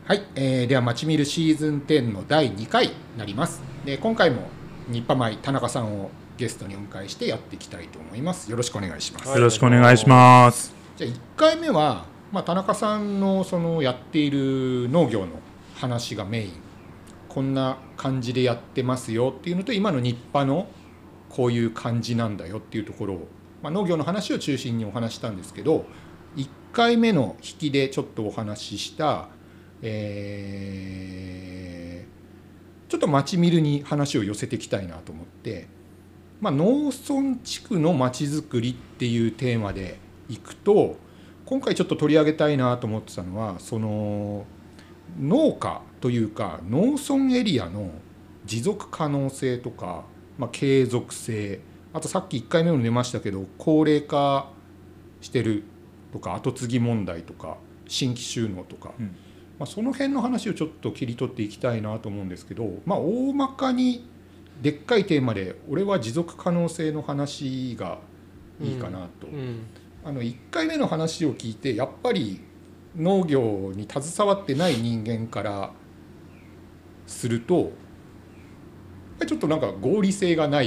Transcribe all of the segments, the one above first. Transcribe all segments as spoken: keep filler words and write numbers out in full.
はい、えー、ではまちみるシーズンじゅうのだいにかいになります。で今回も日派米田中さんをゲストにお迎えしてやっていきたいと思います。よろしくお願いします。 よろしくお願いします。 じゃあいっかいめは、まあ、田中さんのそのやっている農業の話がメイン、こんな感じでやってますよっていうのと、今の日派のこういう感じなんだよっていうところを、まあ、農業の話を中心にお話したんですけど、いっかいめの引きでちょっとお話しした、えー、ちょっと町見るに話を寄せていきたいなと思って、まあ、農村地区の町づくりっていうテーマでいくと、今回ちょっと取り上げたいなと思ってたのは、その農家というか農村エリアの持続可能性とか、まあ、継続性、あとさっきいっかいめも出ましたけど高齢化してるとか後継ぎ問題とか新規収納とか、うん、まあ、その辺の話をちょっと切り取っていきたいなと思うんですけど、まあ、大まかにでっかいテーマで俺は持続可能性の話がいいかなと、うんうん、あのいっかいめの話を聞いてやっぱり農業に携わってない人間からするとちょっとなんか合理性がない、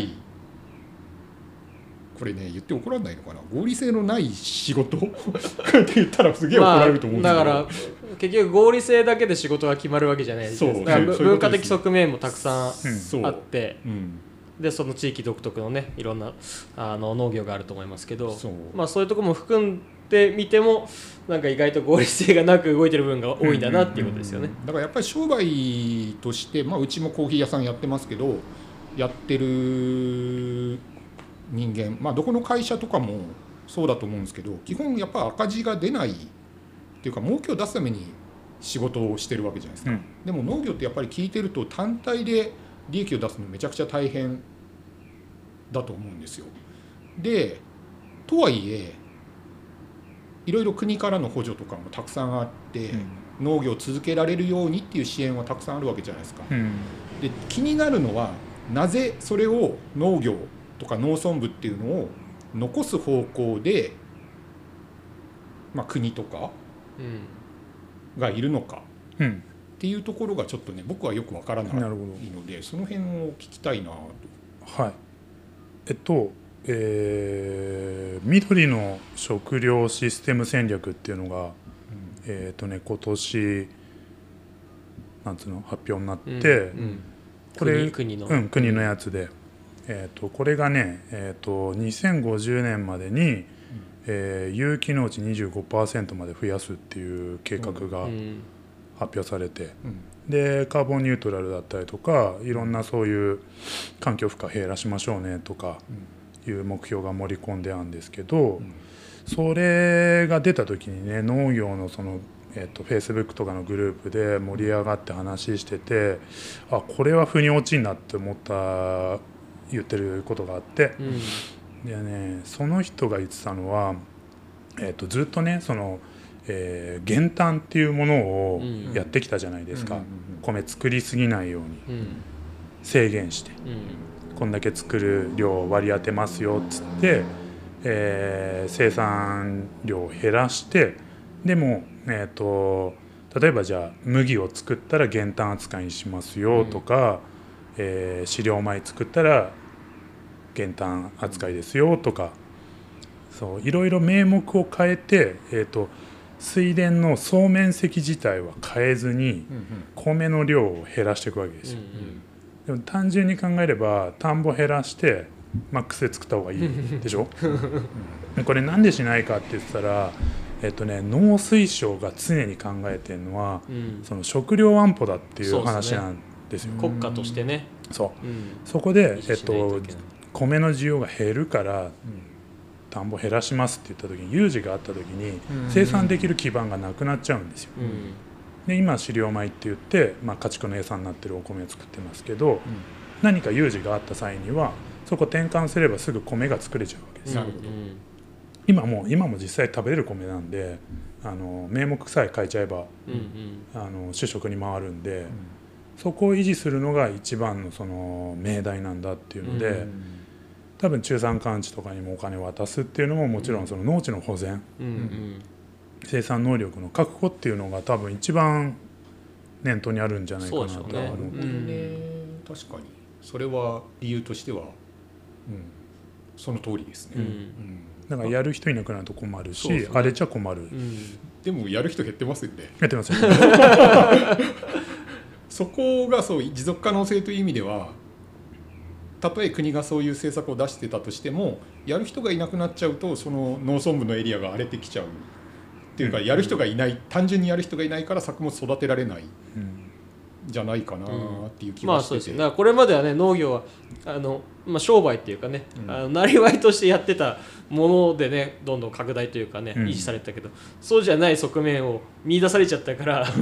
これね言って怒られないのかな、合理性のない仕事って言ったらすげえ怒られると思うんですけど、 まあ、だから結局合理性だけで仕事が決まるわけじゃないですか。だから文化的側面もたくさんあって、うん、でその地域独特のねいろんなあの農業があると思いますけど、そう、まあ、そういうところも含んでみてもなんか意外と合理性がなく動いてる部分が多いんだなっていうことですよね。 うんうんうん、だからやっぱり商売として、まあ、うちもコーヒー屋さんやってますけどやってる人間、まあ、どこの会社とかもそうだと思うんですけど、基本やっぱ赤字が出ないっていうか儲けを出すために仕事をしてるわけじゃないですか、うん、でも農業ってやっぱり聞いてると単体で利益を出すのめちゃくちゃ大変だと思うんですよ。でとはいえいろいろ国からの補助とかもたくさんあって、うん、農業を続けられるようにっていう支援はたくさんあるわけじゃないですか、うん、で気になるのはなぜそれを農業とか農村部っていうのを残す方向で、まあ、国とかがいるのかっていうところがちょっとね僕はよくわからないので、その辺を聞きたいなと。 はい、えっとえー、緑の食料システム戦略っていうのが、うん、えっとね今年なんつうの発表になって、うんうん、これ 国, 国, の、うん、国のやつで、えー、とこれがね、えー、とにせんごじゅうねんまでに、うんえー、有機農地 にじゅうごパーセント まで増やすっていう計画が発表されて、うんうん、でカーボンニュートラルだったりとかいろんなそういう環境負荷減らしましょうねとかいう目標が盛り込んであるんですけど、うん、それが出た時にね農業のそのえー、と Facebook とかのグループで盛り上がって話してて、あこれは腑に落ちんなって思った言ってることがあって、うん、でねその人が言ってたのは、えー、とずっとねその、えー、減反っていうものをやってきたじゃないですか、うんうんうんうん、米作りすぎないように制限して、うん、こんだけ作る量を割り当てますよっつって、えー、生産量を減らしてでもえー、と例えばじゃあ麦を作ったら減反扱いにしますよとか、うんえー、飼料米作ったら減反扱いですよとか、そういろいろ名目を変えて、えー、と水田の総面積自体は変えずに米の量を減らしていくわけですよ、うんうん、でも単純に考えれば田んぼ減らしてマックスで作った方がいいでしょこれなんでしないかって言ったらえっとね、農水省が常に考えてるのは、うん、その食料安保だっていう話なんですよ。 国家としてね。 そう、うん、そこで、えっと、米の需要が減るから、うん、田んぼ減らしますって言った時に有事があった時に生産できる基盤がなくなっちゃうんですよ。うん、で今飼料米って言って、まあ、家畜の餌になってるお米を作ってますけど、うん、何か有事があった際にはそこ転換すればすぐ米が作れちゃうわけですよ。なるほど。今も今も実際食べれる米なんであの名目さえ変えちゃえば、うんうん、あの主食に回るんで、うん、そこを維持するのが一番のその命題なんだっていうので、うん、多分中山間地とかにもお金を渡すっていうのももちろんその農地の保全、うんうん、生産能力の確保っていうのが多分一番念頭にあるんじゃないかなと思う。 なるほどね、確かにそれは理由としては、うん、その通りですね、うんうん、 だからやる人いなくなると困るし、そうそうね、荒れちゃ困る、うん、 でもやる人減ってますよね。 減ってますよそこがそう持続可能性という意味では、たとえ国がそういう政策を出してたとしても、やる人がいなくなっちゃうとその農村部のエリアが荒れてきちゃうっていうか、やる人がいない、単純にやる人がいないから作物育てられない、うんじゃないかなっていう気がしてて、うん、まあそうですね。 だからこれまではね、農業はあの、まあ、商売っていうかね、うん、あのなりわいとしてやってたものでね、どんどん拡大というかね、うん、維持されてたけど、そうじゃない側面を見出されちゃったから、うん、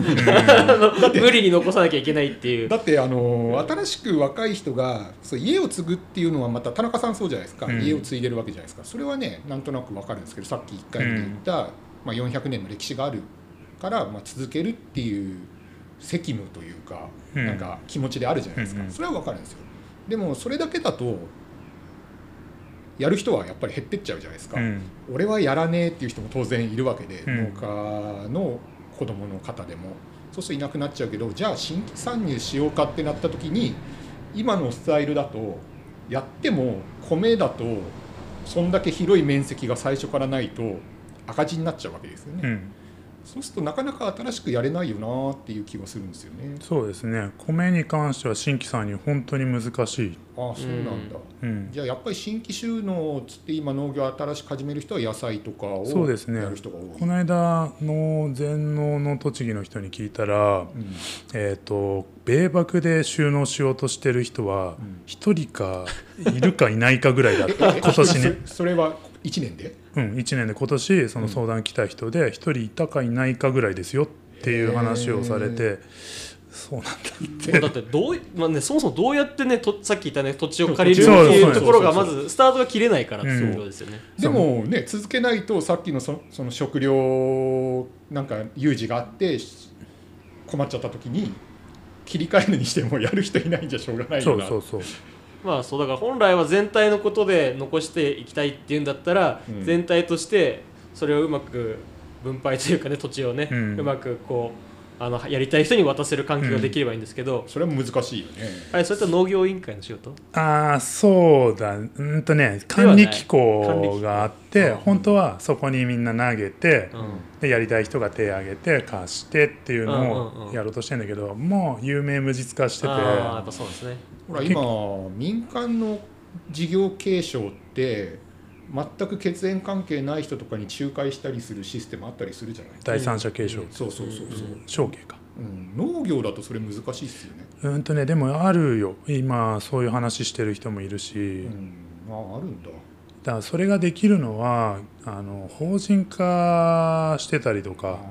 無理に残さなきゃいけないっていう。 だってあの新しく若い人がそう家を継ぐっていうのは、また田中さんそうじゃないですか、うん、家を継いでるわけじゃないですか。それはねなんとなく分かるんですけど、さっきいっかいめで言った、うんまあ、よんひゃくねんの歴史があるから、まあ、続けるっていう責務というか、うん、なんか気持ちであるじゃないですか、うんうん、それは分かるんですよ。でもそれだけだとやる人はやっぱり減ってっちゃうじゃないですか、うん、俺はやらねえっていう人も当然いるわけで、うん、農家の子供の方でもそうするといなくなっちゃうけど、じゃあ新規参入しようかってなった時に、今のスタイルだとやっても米だとそんだけ広い面積が最初からないと赤字になっちゃうわけですよね、うんそうするとなかなか新しくやれないよなっていう気がするんですよね。 そうですね。米に関しては新規参入本当に難しい。 ああそうなんだ、うん、じゃあやっぱり新規収納つって今農業新しく始める人は野菜とかをやる人が多い。そうですね。 この間の全農の栃木の人に聞いたら、うんえー、と米麦で収納しようとしてる人は一人かいるかいないかぐらいだった今年ねそ, それはいちねんでうん、いちねんで今年その相談来た人でひとりいたかいないかぐらいですよっていう話をされて、そうなんだってだってどう、まあね、そもそもどうやってねとさっき言ったね土地を借りるっていうところがまずスタートが切れないからっていうことですよね、 うん、でもね続けないとさっきの そ, その食料なんか有事があって困っちゃった時に切り替えるにしてもやる人いないんじゃしょうがないよな。 そうそうそうまあそうだから本来は全体のことで残していきたいっていうんだったら、うん、全体としてそれをうまく分配というかね土地をね、うん、うまくこうあのやりたい人に渡せる環境ができればいいんですけど、 うん、それは難しいよね。 あれそれと農業委員会の仕事？ ああそうだうんとね管理機構があって本当はそこにみんな投げて、うん、でやりたい人が手を挙げて貸してっていうのをやろうとしてるんだけど、もう有名無実化してて、あやっぱそうですね。 ほら今民間の事業継承って全く血縁関係ない人とかに仲介したりするシステムあったりするじゃない。 第三者継承、 うん、そうそうそうそう、 承継か、 うん、農業だとそれ難しいですよね。 うんとねでもあるよ今そういう話してる人もいるし、うん、 ああるんだ。 だからそれができるのはあの法人化してたりとか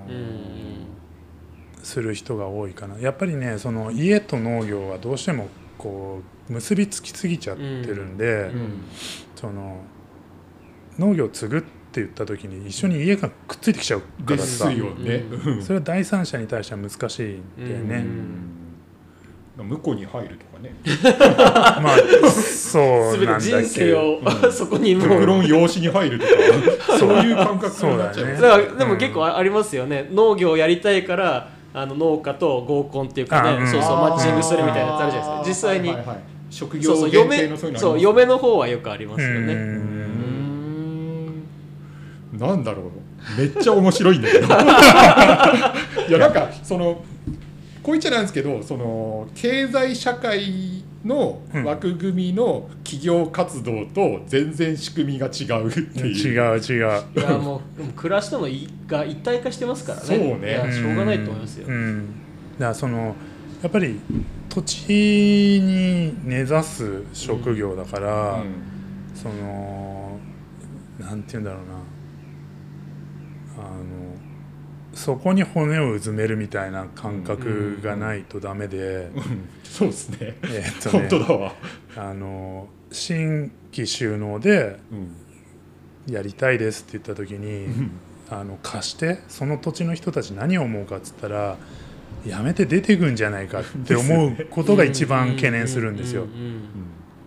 する人が多いかな。やっぱりねその家と農業はどうしてもこう結びつきすぎちゃってるんで、うんうん、その農業を継ぐって言った時に一緒に家がくっついてきちゃうからさ、 ですよね、 うん、それは第三者に対しては難しいんだよね、 うん、向こうに入るとかねまあそうなんだけど人生を、うん、そこにもう極論養子に入るとかそういう感覚になっちゃう。 だからでも結構ありますよね、農業をやりたいからあの農家と合コンっていうかね、うん、そうそうマッチングするみたいなやつあるじゃないですか。実際に、はいはいはい、 職業限定のそういうのありますね。 そう嫁の方はよくありますよね。うーんなんだろうめっちゃ面白いんだけどいやなんかそのこう言っちゃなんですけどその経済社会の枠組みの企業活動と全然仕組みが違うっていう。 違う違う。 いやもうでも暮らしとのが一体化してますからね。 そうね。 いやしょうがないと思いますよ。 うんうん、だからそのやっぱり土地に根ざす職業だから、うんうん、そのなんていうんだろうなあのそこに骨をうずめるみたいな感覚がないとダメで、 うんうんうん、そうですね、 えーっとね、 本当だわ。 あの新規収納でやりたいですって言った時に、うん、あの貸してその土地の人たち何を思うかっつったらやめて出てくんじゃないかって思うことが一番懸念するんですよ。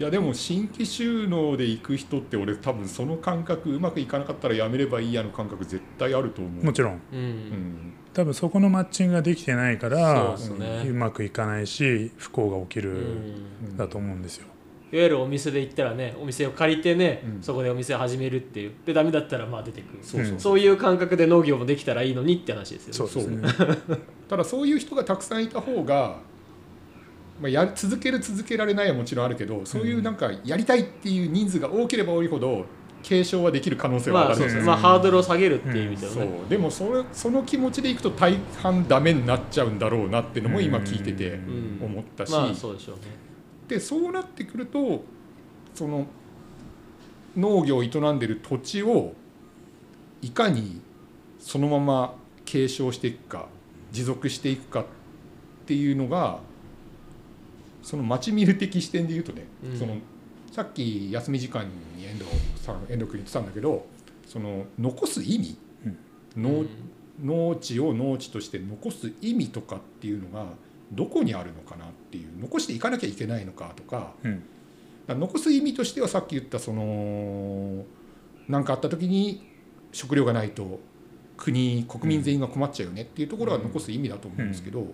いやでも新規収納で行く人って俺多分その感覚うまくいかなかったらやめればいいやの感覚絶対あると思う。 もちろん、 うん、 多分そこのマッチングができてないからそうですね、 うまくいかないし不幸が起きるんだと思うんですよ。 いわゆるお店で行ったらね、お店を借りてね、うん、そこでお店を始めるっていうでダメだったらまあ出てくる、そうそう、そういう感覚で農業もできたらいいのにって話ですよね。 そうですねただそういう人がたくさんいた方が、まあ、や続ける続けられないはもちろんあるけど、そういうなんかやりたいっていう人数が多ければ多いほど継承はできる可能性はあるんですよ、 まあ、ハードルを下げるっていう意味ではね、 うん、そうでもそれその気持ちでいくと大半ダメになっちゃうんだろうなっていうのも今聞いてて思ったし、 まあそうでしょうね。 でそうなってくるとその農業を営んでる土地をいかにそのまま継承していくか持続していくかっていうのがその町見る的視点で言うとね、うん、そのさっき休み時間に遠藤さん遠藤君言ってたんだけど、その残す意味、うん、農, 農地を農地として残す意味とかっていうのがどこにあるのかなっていう、残していかなきゃいけないのかとか、うん、だ残す意味としてはさっき言ったその何かあった時に食料がないと国国民全員が困っちゃうよねっていうところは残す意味だと思うんですけど、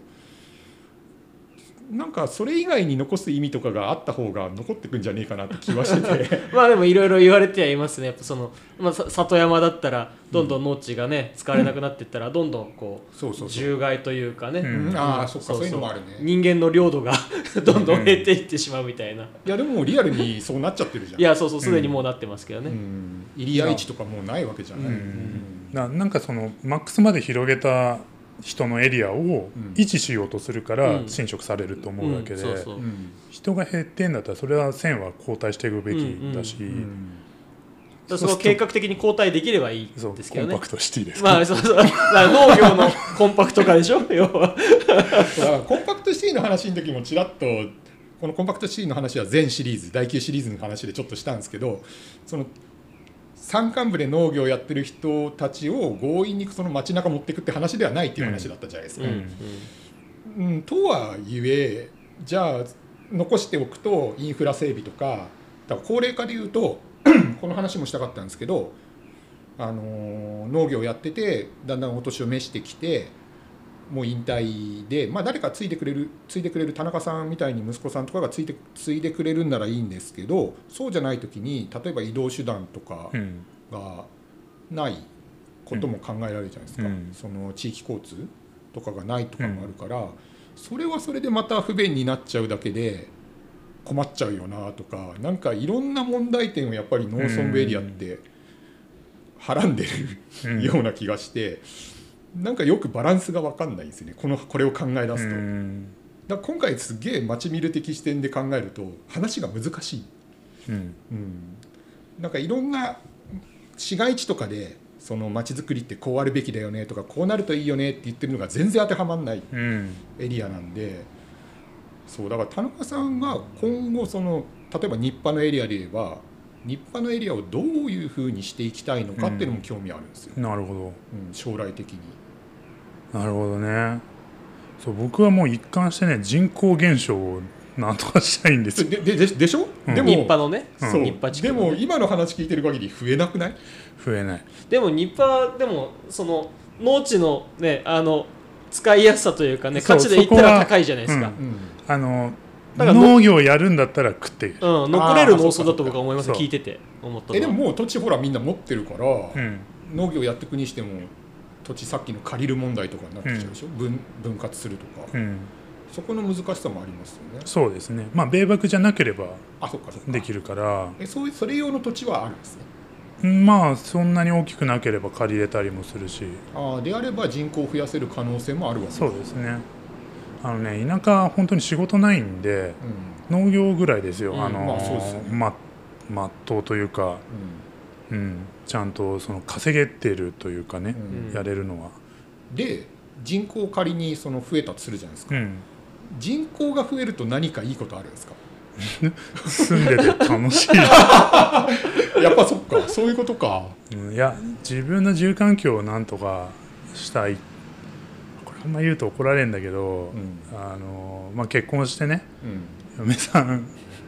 なんかそれ以外に残す意味とかがあった方が残ってくんじゃねえかなって気はしててまあでもいろいろ言われてはいますね。やっぱその、まあ、里山だったらどんどん農地がね、うん、使われなくなっていったらどんどんこう、そうそうそう獣害というかね、 うん、ああそっかそういうのもあるね。 人間の領土がどんどん減っていってしまうみたいな、うん、 いやでもリアルにそうなっちゃってるじゃん。 いやそうそうすでにもうなってますけどね、 入谷市とかもうないわけじゃない、うんうんうん、な, なんかそのマックスまで広げた人のエリアを維持しようとするから侵食されると思うわけで、人が減ってんだったらそれは線は後退していくべきだし、うんうんうん、その計画的に後退できればいいですけどね。 コンパクトシティですか、 まあ、そうそう農業のコンパクト化でしょ要はだからコンパクトシティの話の時もちらっとこのコンパクトシティの話は全シリーズだいきゅうシリーズの話でちょっとしたんですけど、その山間部で農業をやってる人たちを強引にその街中持っていくって話ではないっていう話だったじゃないですか、うんうんうん、とはいえじゃあ残しておくとインフラ整備とか、だから高齢化でいうとこの話もしたかったんですけど、あの農業をやっててだんだんお年を召してきてもう引退で、まあ、誰か継いでくれる継いでくれる田中さんみたいに息子さんとかが継いで継いでくれるんならいいんですけど、そうじゃない時に例えば移動手段とかがないことも考えられるじゃないですか、うん、その地域交通とかがないとかもあるから、うん、それはそれでまた不便になっちゃうだけで困っちゃうよなとか、なんかいろんな問題点をやっぱり農村部エリアってはらんでるような気がして、なんかよくバランスが分かんないんですよね、このこれを考え出すと。だから今回すげえ街見る的視点で考えると話が難しい、うんうん、なんかいろんな市街地とかでその街づくりってこうあるべきだよねとかこうなるといいよねって言ってるのが全然当てはまらないエリアなんで、うん、そうだから田中さんが今後その例えば日派のエリアで言えば日派のエリアをどういうふうにしていきたいのかっていうのも興味あるんですよ、 うん、なるほど、 うん、将来的に。 なるほどね。そう僕はもう一貫してね人口減少をなんとかしたいんですよ。 で, で, で, でしょ、うん、でも日派のね、 そう、日派地区のね、でも今の話聞いてる限り増えなくない？ 増えない。 でも日派でもその農地のねあの使いやすさというかね価値で言ったら高いじゃないですか、うんうん、 あのだから農業やるんだったら食っている、 うん、残れる農村だと僕は思います。聞いてて思ったのはえでももう土地ほらみんな持ってるから、うん、農業やっていくにしても土地さっきの借りる問題とかになってきちゃうでしょ、うん、分, 分割するとか、うん、そこの難しさもありますよね。 そうですね、まあ米麦じゃなければできるからえ そ, それ用の土地はあるんですね。 まあそんなに大きくなければ借りれたりもするし、 あであれば人口を増やせる可能性もあるわけです。 そうですね。あのね田舎本当に仕事ないんで、うん、農業ぐらいですよ、うん、あの、まあそうですね、ままっとうというか、うんうん、ちゃんとその稼げてるというかね、うん、やれるのは。で人口仮にその増えたとするじゃないですか、うん、人口が増えると何かいいことあるんですか？ 住んでて楽しいやっぱそっかそういうことか、 うん、いや自分の住環境をなんとかしたい。これあんま言うと怒られるんだけど、うんあのまあ、結婚してね、うん、嫁さん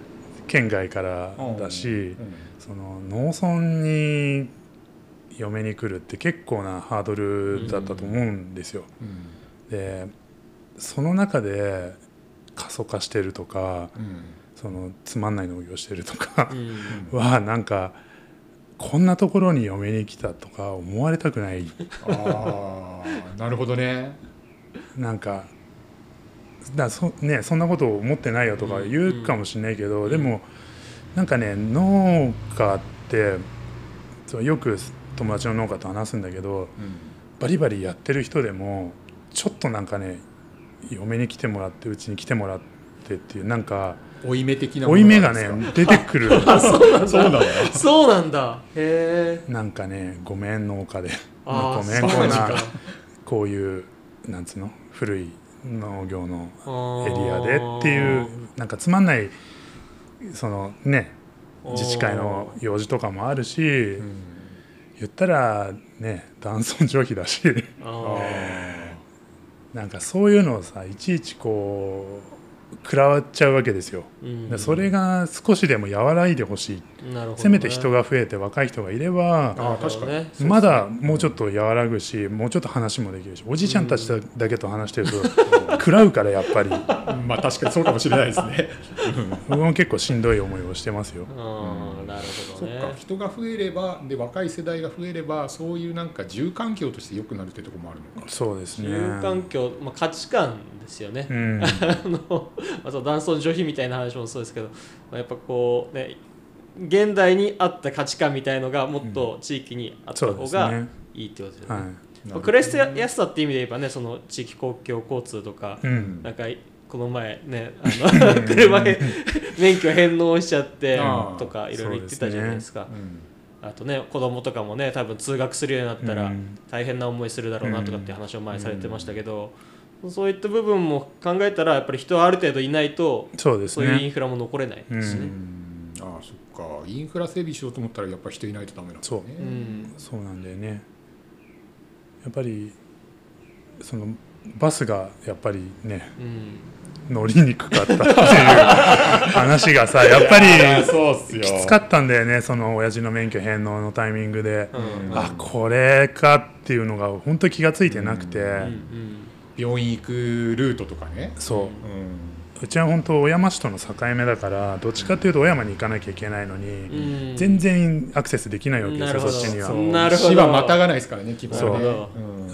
県外からだし、うん、その農村に嫁に来るって結構なハードルだったと思うんですよ、うんうん、でその中で過疎化してるとか、うん、そのつまんない農業してるとかはなんかこんなところに嫁に来たとか思われたくない。 あなるほどね。 なんかだ そ,、ね、そんなことを思ってないよとか言うかもしれないけど、うん、でもなんかね農家ってそうよく友達の農家と話すんだけど、うん、バリバリやってる人でもちょっとなんかね嫁に来てもらってうちに来てもらってっていうなんか負い目的なものがね出てくる。 あそうなんだそうなんだそうなんだへえ。 なんかねごめん農家でごめんこんなこういうなんつうの古い農業のエリアでっていうなんかつまんないそのね自治会の用事とかもあるし、うん、言ったらね男尊女卑だしなんかそういうのをさいちいちこう食らっちゃうわけですよ、うんうん、それが少しでも和らいでほしい、ね、せめて人が増えて若い人がいればあ確かにまだもうちょっと和らぐしもうちょっと話もできるしおじいちゃんたちだけと話してると食らうからやっぱりまあ確かにそうかもしれないですね僕も結構しんどい思いをしてますよ。 あ、うん、なるほどね。 そっか人が増えればで若い世代が増えればそういうなんか住環境として良くなるってところもあるのか。 そうですね住環境、まあ、価値観ですよね、うん、あのまあ、男尊女卑みたいな話もそうですけど、まあ、やっぱこうね現代に合った価値観みたいのがもっと地域にあった方がいいってことですよね。まあ、暮らしやすさって意味で言えばねその地域公共交通とか、うん、なんかこの前ねあの車へ免許返納しちゃってとかいろいろ言ってたじゃないですか。あとね子供とかもね多分通学するようになったら大変な思いするだろうなとかって話を前にされてましたけど、そういった部分も考えたらやっぱり人はある程度いないとそうですね、そういうインフラも残れないですね。うん、 ああそっかインフラ整備しようと思ったらやっぱり人いないとダメなんですね。 そう、うん、そうなんだよね。やっぱりそのバスがやっぱりね、うん、乗りにくかったっていう話がさやっぱりきつかったんだよね。その親父の免許返納のタイミングで、うん、あこれかっていうのが本当に気がついてなくて、うんうんうん、 病院行くルートとかね。 そう、うん、うちは本当小山市との境目だからどっちかっていうと小山に行かなきゃいけないのに、うん、全然アクセスできないわけですよそっちには。 なるほど。市はまたがないですからね基本はね。そう、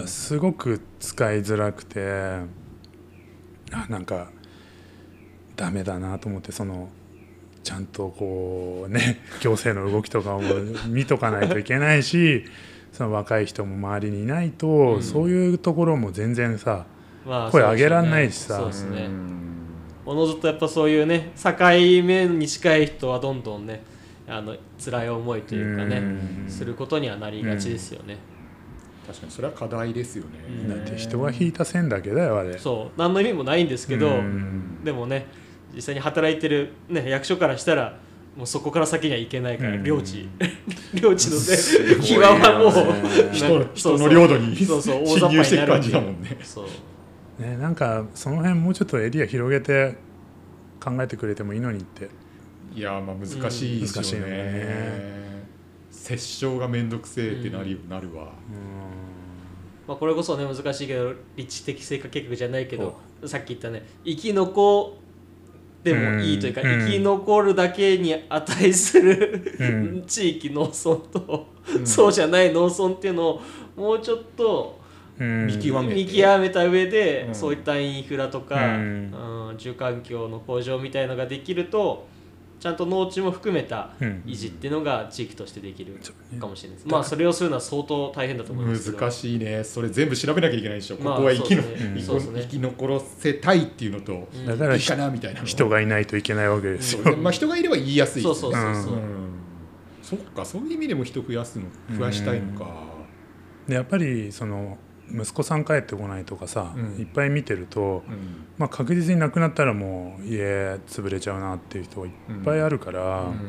うん、すごく使いづらくてあなんかダメだなと思ってそのちゃんとこうね行政の動きとかも見とかないといけないしその若い人も周りにいないと、うん、そういうところも全然さ、まあ、声上げらんないしさ。 そうですね。おのずとやっぱそういうね境目に近い人はどんどんねあの辛い思いというかねすることにはなりがちですよね。 確かにそれは課題ですよね。 だって人が引いた線だけだよあれ。 そう何の意味もないんですけどでもね実際に働いてる、ね、役所からしたらもうそこから先には行けないから領地領地のね際はもう人, 人の領土に侵入していく感じだもんね。 そうね、なんかその辺もうちょっとエリア広げて考えてくれてもいいのにって。 いやまあ難しいですよね、うん、難しいね。折衝がめんどくせえってなり、うん、なるわ、うんまあ、これこそね難しいけど立地的成果計画じゃないけどさっき言ったね生き残ってもいいというか、うん、生き残るだけに値する、うん、地域農村と、うん、そうじゃない農村っていうのをもうちょっと見極めて見極めた上で、うん、そういったインフラとか、うんうん、住環境の向上みたいのができるとちゃんと農地も含めた維持っていうのが地域としてできるかもしれないです、うん、まあそれをするのは相当大変だと思いますけど難しいね。それ全部調べなきゃいけないでしょ、まあ、ここは生きの、ねうん、生き残らせたいっていうのと、 うん、だからいいかなみたいな人がいないといけないわけですよ、 まあ、人がいれば言いやすいですね。そうそうそうそう、うん、 そっかそういう意味でも人増やすの増やしたいのか、 うん、でやっぱりその息子さん帰ってこないとかさ、うん、いっぱい見てると、うんまあ、確実になくなったらもう家潰れちゃうなっていう人いっぱいあるから、うん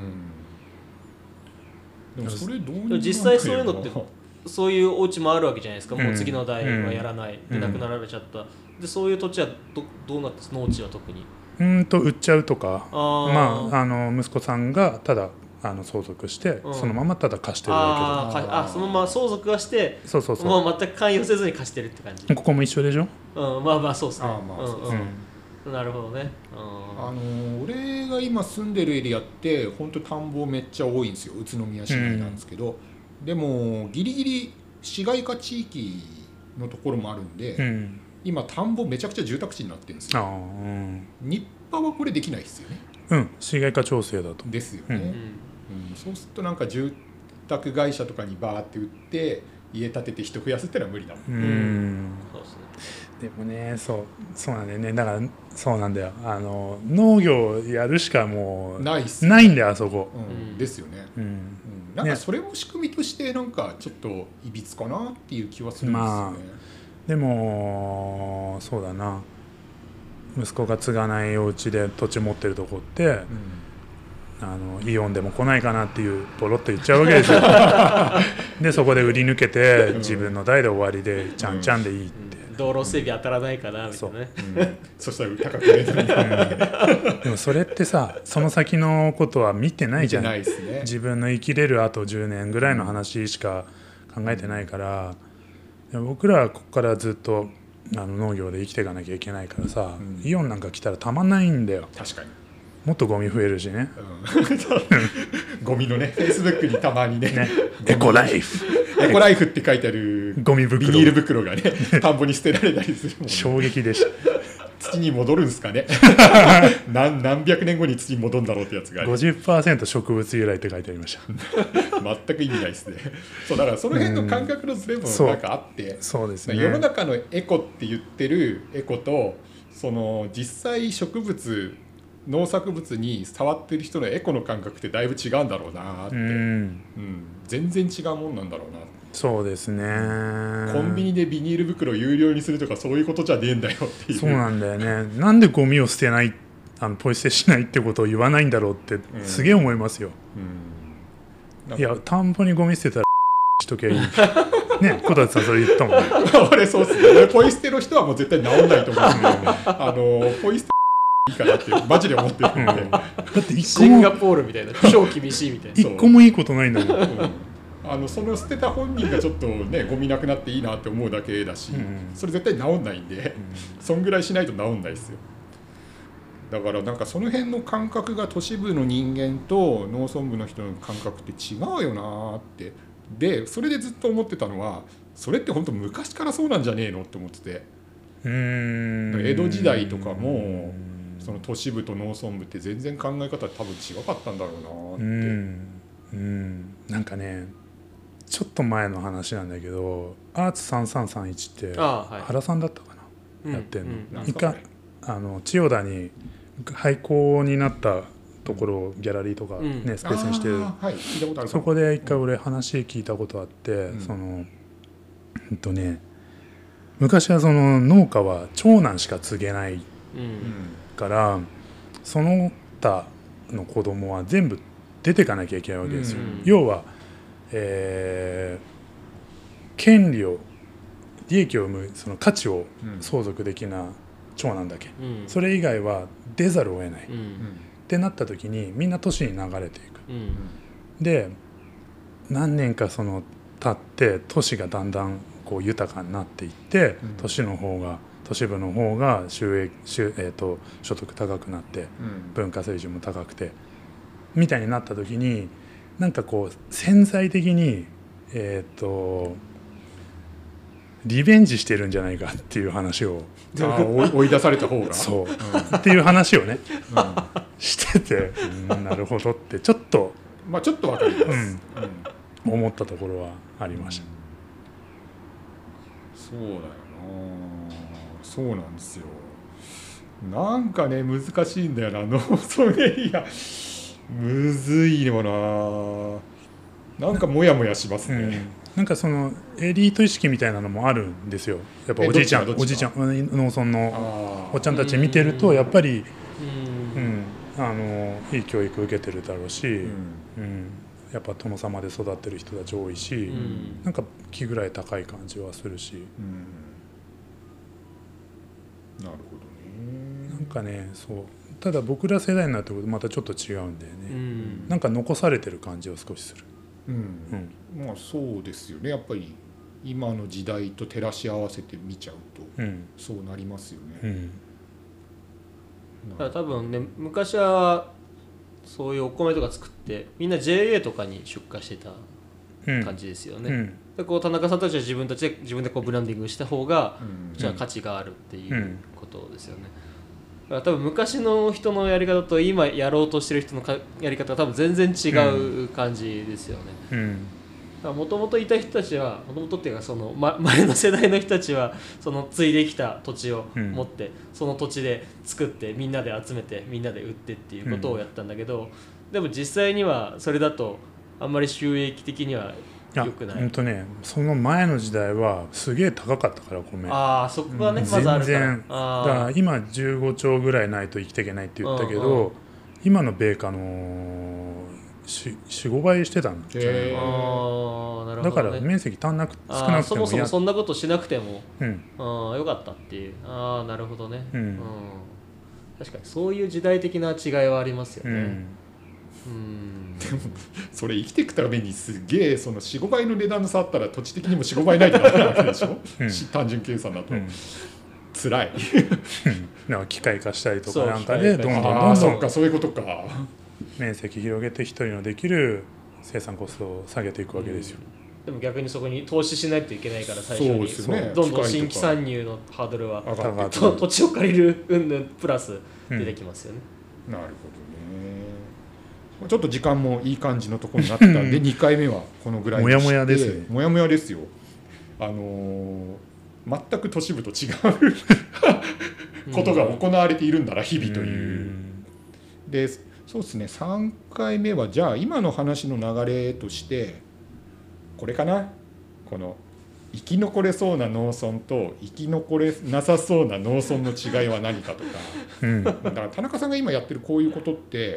うん、でもそれどういう実際そういうのってそういうお家もあるわけじゃないですか、うん、もう次の代はやらない、うん、でなくなられちゃったでそういう土地は ど, どうなって農地は特にうんと売っちゃうとか、あ、まあ、あの息子さんがただあの相続して、うん、そのままただ貸してるだけで、ああそのまま相続はして、 そうそうそう、 もう全く関与せずに貸してるって感じ。 ここも一緒でしょ。 うん、まあまあそうですね。 あまあそうですね、 うんうん、なるほどね。 あの俺が今住んでるエリアって本当田んぼめっちゃ多いんですよ。宇都宮市内なんですけど、うん、でもギリギリ市街化地域のところもあるんで、うん、今田んぼめちゃくちゃ住宅地になってるんですよ。あ、うん、日派はこれできないですよね。 うん、市街化調整だとですよね、うんうん、そうするとなんか住宅会社とかにバーって売って家建てて人増やすってのは無理だもん。うん、 そうですね。でもね、そうそうなんだよね。だからそうなんだよ。あの農業やるしかもうないっす、 ね、ないんだよあそこ、 うん、ですよね、うんうん、なんかそれも仕組みとしてなんかちょっといびつかなっていう気はするんですよね、まあ、 でもそうだな、息子が継がないお家で土地持ってるとこって、うん、あのイオンでも来ないかなっていうポロッと言っちゃうわけですよでそこで売り抜けて自分の代で終わりでちゃんちゃんでいいって、 うん、道路整備当たらないかなみたいなね。 そ, う、うん、そしたら高く売れない、 うん、でもそれってさ、その先のことは見てないじゃん。 見てないですね。 自分の生きれるあとじゅうねんぐらいの話しか考えてないから、うん、僕らはここからずっとあの農業で生きていかなきゃいけないからさ、うん、イオンなんか来たらたまんないんだよ。 確かにもっとゴミ増えるしね、 うん、ゴミのね、フェイスブックにたまに ね, ねエコライフエコライフって書いてあるゴミ袋、 ビニール袋がね田んぼに捨てられたりするもん、ね、 衝撃でした。 土に戻るんですかね何, 何百年後に土に戻るんだろうってやつがごじゅっパーセント 植物由来って書いてありました全く意味ないですね。そうだからその辺の感覚のズレもなんかあって、 うん、そうですね、 世の中のエコって言ってるエコと、その実際植物農作物に触ってる人のエコの感覚ってだいぶ違うんだろうなって、うん、うん、全然違うもんなんだろうな。 そうですね、 コンビニでビニール袋を有料にするとかそういうことじゃねえんだよっていう。 そうなんだよね。なんでゴミを捨てない、あのポイ捨てしないってことを言わないんだろうってすげえ思いますよ、うんうん、いや田んぼにゴミ捨てたらしときゃいいね、小達さんそれ言ったもんね俺そうっすね、ポイ捨ての人はもう絶対治んないと思うんであのポイ捨ていいかなってマジで思ってるんで、うん、だって一個もシンガポールみたいな超厳しいみたいな一個もいいことないんだもん、うん、 あのその捨てた本人がちょっとねゴミなくなっていいなって思うだけだし、うん、それ絶対治んないんで、うん、そんぐらいしないと治んないですよ。だからなんかその辺の感覚が都市部の人間と農村部の人の感覚って違うよなって。でそれでずっと思ってたのは、それって本当昔からそうなんじゃねえのって思ってて、うーん江戸時代とかもその都市部と農村部って全然考え方多分違かったんだろうなって。うんうんなんかねちょっと前の話なんだけど、アーツさんさんさんいちって原さんだったかな、やってんの、一回あの千代田に廃校になったところをギャラリーとか、ねうん、スペースにしてる、 はい、聞いたことある。 そこで一回俺話聞いたことあって、うん、そのえっとね昔はその農家は長男しか継げないから、うん、その他の子供は全部出てかなきゃいけないわけですよ、うん、要は、えー、権利を利益を生むその価値を相続できな長男だけ、うん、それ以外は出ざるを得ない、うん、ってなった時にみんな都市に流れていく、うん、で何年かその経って都市がだんだんこう豊かになっていって、うん、都市の方が都市部の方が収益、収、えーと、所得高くなって、うん、文化水準も高くてみたいになった時になんかこう潜在的にえっとリベンジしてるんじゃないかっていう話をあ追い出された方がそう、うん、っていう話をね、うん、してて、うん、なるほどってちょっとまあちょっとわかります、うんうん、思ったところはありました、 うん、そうだよなそうなんですよ。なんかね難しいんだよな農村エリアむずいよな。なんかモヤモヤしますね、うん、 なんかそのエリート意識みたいなのもあるんですよ。やっぱおじいちゃんおじいちゃん農村のおっちゃんたち見てるとやっぱりうん、あのいい教育受けてるだろうし、うんうん、やっぱ殿様で育ってる人たち多いし、うん、なんか気ぐらい高い感じはするし、うん、 なるほどね。 なんかねそうただ僕ら世代になってくるとまたちょっと違うんだよね、うん、なんか残されてる感じは少しする、 うんうん、まあそうですよね。やっぱり今の時代と照らし合わせて見ちゃうと、うん、そうなりますよね、うん、 だから多分ね昔はそういうお米とか作ってみんな ジェーエー とかに出荷してた感じですよね、うん、でこう田中さんたちは自分たちで自分でこうブランディングした方が、うん、じゃあ価値があるっていうことですよね。だから多分昔の人のやり方と今やろうとしてる人のやり方は多分全然違う感じですよね。もともといた人たちはもともとっていうかその、ま、前の世代の人たちはその継いできた土地を持って、うん、その土地で作ってみんなで集めてみんなで売ってっていうことをやったんだけど、うん、でも実際にはそれだとあんまり収益的には良くない。 本当ね、その前の時代はすげえ高かったから米。 ああそこがね、うん、まずあるから。全然あだから今じゅうごちょうぐらいないと生きていけないって言ったけど、うんうん、今の米価のよん、ごばいしてたんじゃないかな。あなるほどね、だから面積足んなく少なくてもそもそもそんなことしなくても、うん、あよかったっていう。ああなるほどね、うんうん、確かにそういう時代的な違いはありますよね、うんうん、でもそれ生きていくためにすげえその よん、ごばいの値段の差あったら土地的にも よん、ごばいないとなるわけでしょ、うん、単純計算だと、うん、辛いなんか機械化したりとかなんかでどんどんどんどんあそうかそういうことか面積広げて一人のできる生産コストを下げていくわけですよ、 うん、でも逆にそこに投資しないといけないから最初にそうですよ、ね、どんどん新規参入のハードルは上がって土地を借りる云々プラス出てきますよね、 うん、なるほどね。ちょっと時間もいい感じのところになったんでにかいめはこのぐらいにしてもやもやですね。 もやもやですよ。あのー、全く都市部と違うことが行われているんだな日々という、うでそうですねさんかいめはじゃあ今の話の流れとしてこれかな、この生き残れそうな農村と生き残れなさそうな農村の違いは何かとか、うん、だから田中さんが今やってるこういうことって、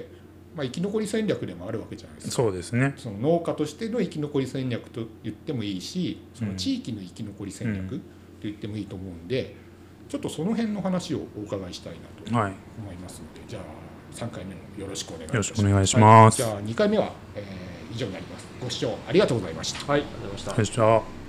まあ、生き残り戦略でもあるわけじゃないですか。 そうですね。 その農家としての生き残り戦略と言ってもいいし、その地域の生き残り戦略と言ってもいいと思うんで、ちょっとその辺の話をお伺いしたいなと思いますので、はい、じゃあさんかいめもよろしくお願いします。 よろしくお願いします。 はい、じゃあにかいめは、えー、以上になります。ご視聴ありがとうございました。 はい、ありがとうございました。